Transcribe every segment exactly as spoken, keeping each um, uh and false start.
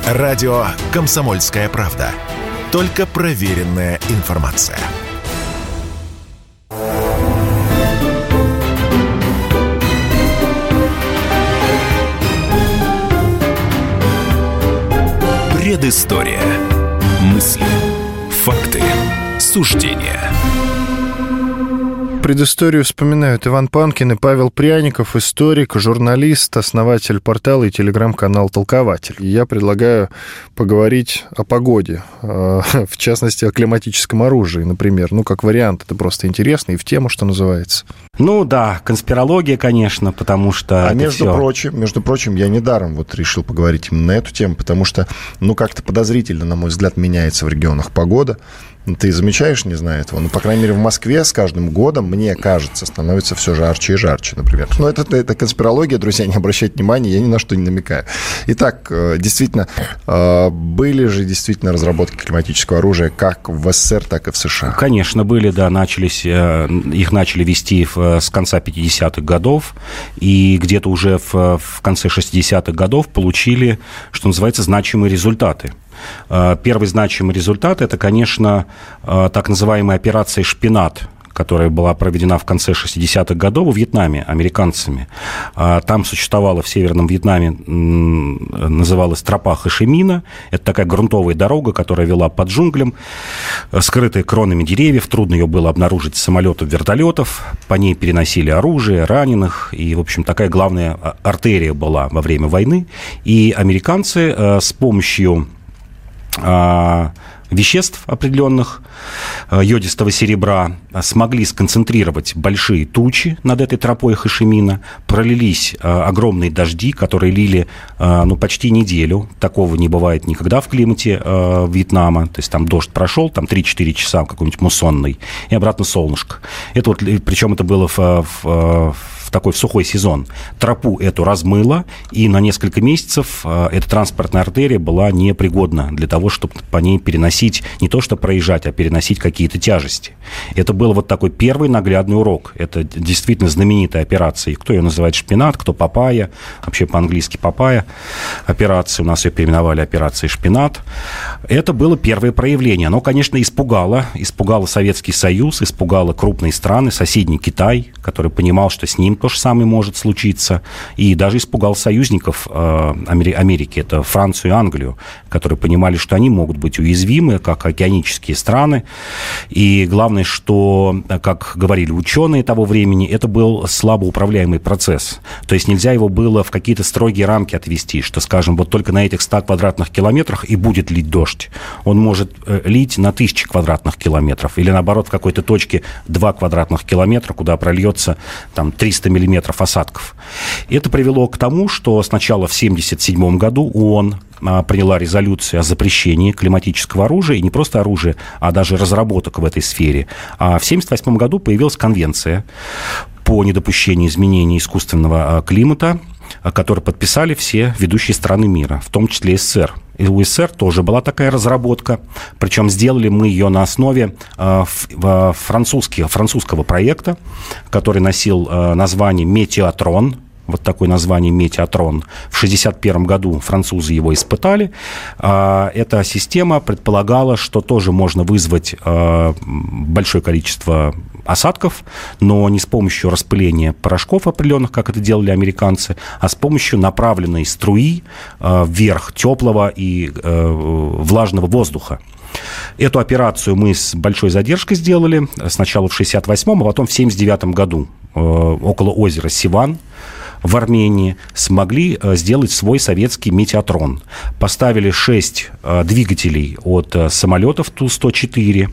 Радио «Комсомольская правда». Только проверенная информация. Предыстория. Мысли, факты, суждения. Предысторию вспоминают Иван Панкин и Павел Пряников, историк, журналист, основатель портала и телеграм-канал «Толкователь». И я предлагаю поговорить о погоде, в частности, о климатическом оружии, например. Ну, как вариант, это просто интересно и в тему, что называется. Ну да, конспирология, конечно, потому что... А между все... прочим, между прочим, я недаром вот решил поговорить именно на эту тему, потому что, ну, как-то подозрительно, на мой взгляд, меняется в регионах погода. Ты замечаешь, не знаю этого, но, по крайней мере, в Москве с каждым годом, мне кажется, становится все жарче и жарче, например. Но это, это конспирология, друзья, не обращайте внимания, я ни на что не намекаю. Итак, действительно, были же действительно разработки климатического оружия как в СССР, так и в США. Конечно, были, да, начались, их начали вести с конца пятидесятых годов, и где-то уже в, в конце шестидесятых годов получили, что называется, значимые результаты. Первый значимый результат – это, конечно, так называемая операция «Шпинат», которая была проведена в конце шестидесятых годов во Вьетнаме американцами. Там существовала в Северном Вьетнаме, называлась тропа Хошимина. Это такая грунтовая дорога, которая вела под джунглям, скрытая кронами деревьев. Трудно ее было обнаружить с самолетов, вертолетов. По ней переносили оружие, раненых. И, в общем, такая главная артерия была во время войны. И американцы с помощью веществ определенных, йодистого серебра, смогли сконцентрировать большие тучи над этой тропой Хошимина, пролились огромные дожди, которые лили ну, почти неделю. Такого не бывает никогда в климате Вьетнама. То есть там дождь прошел, там три-четыре часа какой-нибудь муссонный, и обратно солнышко. Это вот, причем это было в, в, в такой в сухой сезон. Тропу эту размыло, и на несколько месяцев эта транспортная артерия была непригодна для того, чтобы по ней переносить, не то что проезжать, а переносить какие-то тяжести. Это был вот такой первый наглядный урок. Это действительно знаменитая операция. Кто ее называет «Шпинат», кто «Папайя», вообще по-английски «Папайя» операция. У нас ее переименовали операцией «Шпинат». Это было первое проявление. Оно, конечно, испугало. Испугало Советский Союз, испугало крупные страны, соседний Китай, который понимал, что с ним то же самое может случиться. И даже испугал союзников э, Америки, это Францию и Англию, которые понимали, что они могут быть уязвимы, как океанические страны. И главное, что, как говорили ученые того времени, это был слабо управляемый процесс. То есть нельзя его было в какие-то строгие рамки отвести, что, скажем, вот только на этих ста квадратных километрах и будет лить дождь. Он может лить на тысячи квадратных километров. Или, наоборот, в какой-то точке два квадратных километра, куда прольется там триста миллиметров осадков. И это привело к тому, что сначала в семьдесят седьмом году ООН приняла резолюцию о запрещении климатического оружия, и не просто оружия, а даже разработок в этой сфере. А в семьдесят восьмом году появилась конвенция по недопущению изменений искусственного климата, которую подписали все ведущие страны мира, в том числе СССР. И у СССР тоже была такая разработка, причем сделали мы ее на основе французского, французского проекта, который носил название «Метеотрон». Вот такое название «Метеотрон». В шестьдесят первом году французы его испытали. Эта система предполагала, что тоже можно вызвать большое количество осадков, но не с помощью распыления порошков определенных, как это делали американцы, а с помощью направленной струи вверх теплого и влажного воздуха. Эту операцию мы с большой задержкой сделали. Сначала в шестьдесят восьмом, а потом в семьдесят девятом году около озера Сиван в Армении смогли сделать свой советский метеотрон. Поставили шесть двигателей от самолетов Ту сто четыре,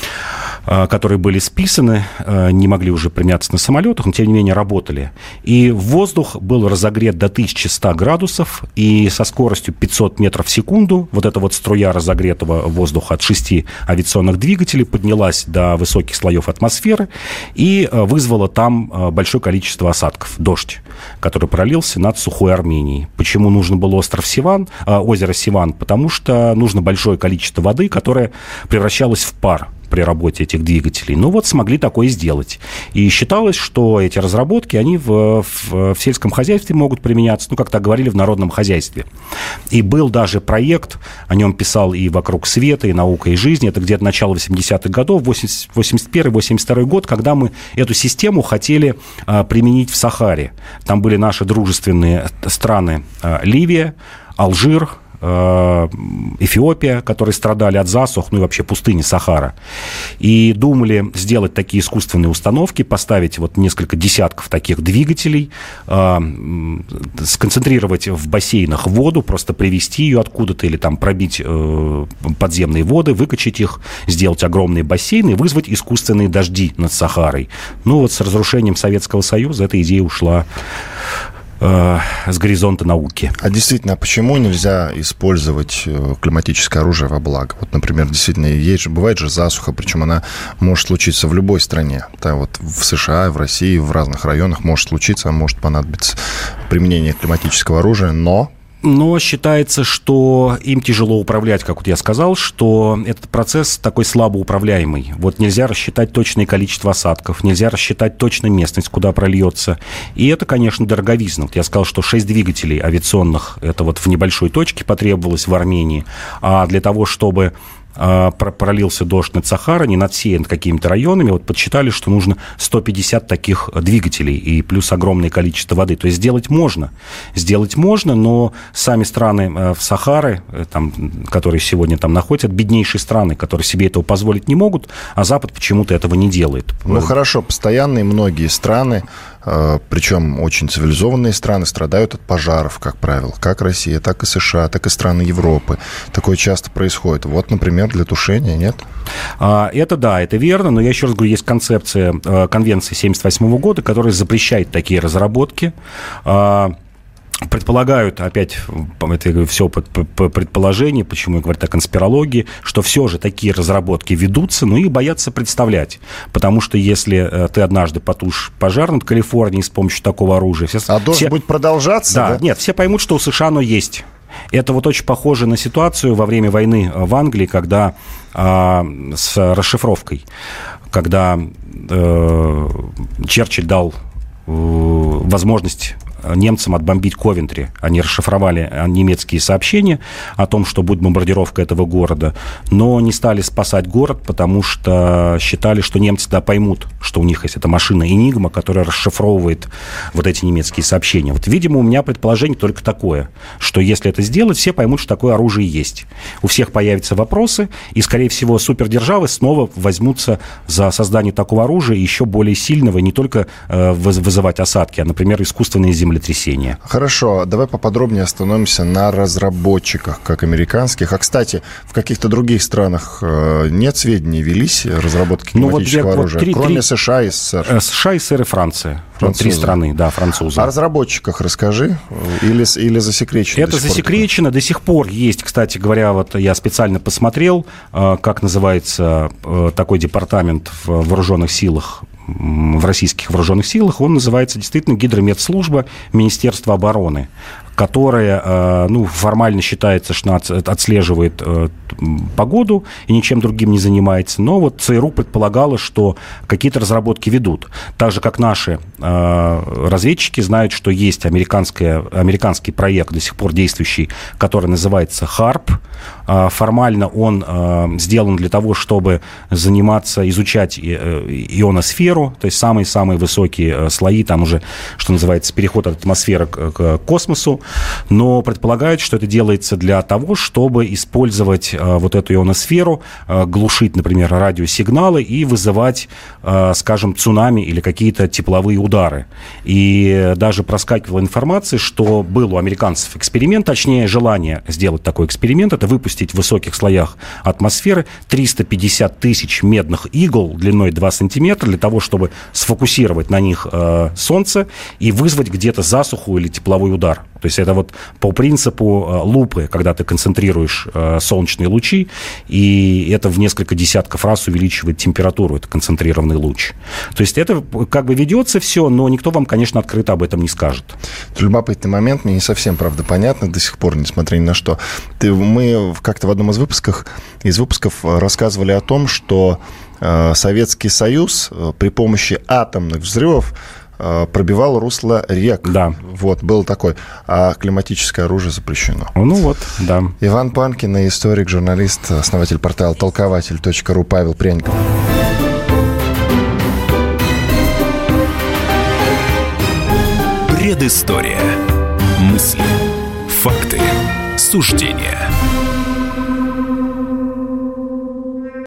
которые были списаны, не могли уже применяться на самолетах, но, тем не менее, работали. И воздух был разогрет до тысяча сто градусов, и со скоростью пятьсот метров в секунду вот эта вот струя разогретого воздуха от шести авиационных двигателей поднялась до высоких слоев атмосферы и вызвала там большое количество осадков, дождь, который пролился над сухой Арменией. Почему нужен был остров Сиван, озеро Сиван? Потому что нужно большое количество воды, которое превращалось в пар при работе этих двигателей. Ну вот смогли такое сделать. И считалось, что эти разработки, они в, в, в сельском хозяйстве могут применяться, ну, как так говорили, в народном хозяйстве. И был даже проект, о нем писал и «Вокруг света», и «Наука и жизнь». Это где-то начало восьмидесятых годов, восемьдесят первый — восемьдесят второй год, когда мы эту систему хотели а, применить в Сахаре. Там были наши дружественные страны а, Ливия, Алжир, Эфиопия, которые страдали от засух, ну и вообще пустыни Сахара. И думали сделать такие искусственные установки, поставить вот несколько десятков таких двигателей, сконцентрировать в бассейнах воду, просто привезти ее откуда-то или там пробить подземные воды, выкачать их, сделать огромные бассейны и вызвать искусственные дожди над Сахарой. Ну вот с разрушением Советского Союза эта идея ушла с горизонта науки. А действительно, а почему нельзя использовать климатическое оружие во благо? Вот, например, действительно, есть же, бывает же засуха, причем она может случиться в любой стране. Да, вот в США, в России, в разных районах может случиться, может понадобиться применение климатического оружия, но... Но считается, что им тяжело управлять, как вот я сказал, что этот процесс такой слабо управляемый. Вот нельзя рассчитать точное количество осадков, нельзя рассчитать точно местность, куда прольется. И это, конечно, дороговизна. Вот я сказал, что шесть двигателей авиационных, это вот в небольшой точке потребовалось в Армении. А для того, чтобы пролился дождь над Сахарой, не над всей, над какими-то районами, вот подсчитали, что нужно сто пятьдесят таких двигателей и плюс огромное количество воды. То есть сделать можно. Сделать можно, но сами страны в Сахаре, там, которые сегодня там находятся, это беднейшие страны, которые себе этого позволить не могут, а Запад почему-то этого не делает. Ну, хорошо, постоянные многие страны, причем очень цивилизованные страны, страдают от пожаров, как правило. Как Россия, так и США, так и страны Европы. Такое часто происходит. Вот, например, для тушения, нет? Это да, это верно, но я еще раз говорю, есть концепция Конвенции семьдесят восьмого года, которая запрещает такие разработки. Предполагают, опять, это все предположение, почему я говорю о конспирологии, что все же такие разработки ведутся, но их боятся представлять. Потому что если ты однажды потушишь пожар над Калифорнией с помощью такого оружия... Все, а дождь все, будет продолжаться? Да, да, нет, все поймут, что у США оно есть. Это вот очень похоже на ситуацию во время войны в Англии, когда а, с расшифровкой, когда э, Черчилль дал э, возможность немцам отбомбить Ковентри. Они расшифровали немецкие сообщения о том, что будет бомбардировка этого города, но не стали спасать город, потому что считали, что немцы да поймут, что у них есть эта машина «Энигма», которая расшифровывает вот эти немецкие сообщения. Вот, видимо, у меня предположение только такое, что если это сделать, все поймут, что такое оружие есть. У всех появятся вопросы, и, скорее всего, супердержавы снова возьмутся за создание такого оружия еще более сильного, не только э, вызывать осадки, а, например, искусственные земли. Хорошо, давай поподробнее остановимся на разработчиках, как американских. А, кстати, в каких-то других странах нет сведений, велись разработки климатического ну, вот, оружия, вот, три, кроме три... США и СССР? США, СССР и Франция. Вот три страны, да, французы. О разработчиках расскажи, или, или засекречено? Это засекречено, до сих пор есть, кстати говоря, вот я специально посмотрел, как называется такой департамент в вооруженных силах, в российских вооруженных силах, он называется действительно Гидрометслужба Министерства обороны, которая, ну, формально считается, что отслеживает погоду и ничем другим не занимается, но вот ЦРУ предполагало, что какие-то разработки ведут. Так же, как наши разведчики знают, что есть американский проект, до сих пор действующий, который называется ХАРП. Формально он сделан для того, чтобы заниматься, изучать ионосферу, то есть самые-самые высокие слои, там уже, что называется, переход от атмосферы к космосу, но предполагают, что это делается для того, чтобы использовать вот эту ионосферу, глушить, например, радиосигналы и вызывать, скажем, цунами или какие-то тепловые удары. И даже проскакивала информация, что был у американцев эксперимент, точнее, желание сделать такой эксперимент, это выпустить в высоких слоях атмосферы триста пятьдесят тысяч медных игл длиной два сантиметра для того, чтобы сфокусировать на них э, солнце и вызвать где-то засуху или тепловой удар. То есть это вот по принципу э, лупы, когда ты концентрируешь э, солнечные лучи, и это в несколько десятков раз увеличивает температуру, это концентрированный луч. То есть это как бы ведется все, но никто вам, конечно, открыто об этом не скажет. Это любопытный момент, мне не совсем, правда, понятно до сих пор, несмотря ни на что. Ты, мы как-то в одном из выпусков, из выпусков рассказывали о том, что Советский Союз при помощи атомных взрывов пробивал русло рек. Да. Вот, было такое. А климатическое оружие запрещено. Ну вот, да. Иван Панкин, историк, журналист, основатель портала толкователь точка ру Павел Пряников. Предыстория. Мысли, факты, суждения.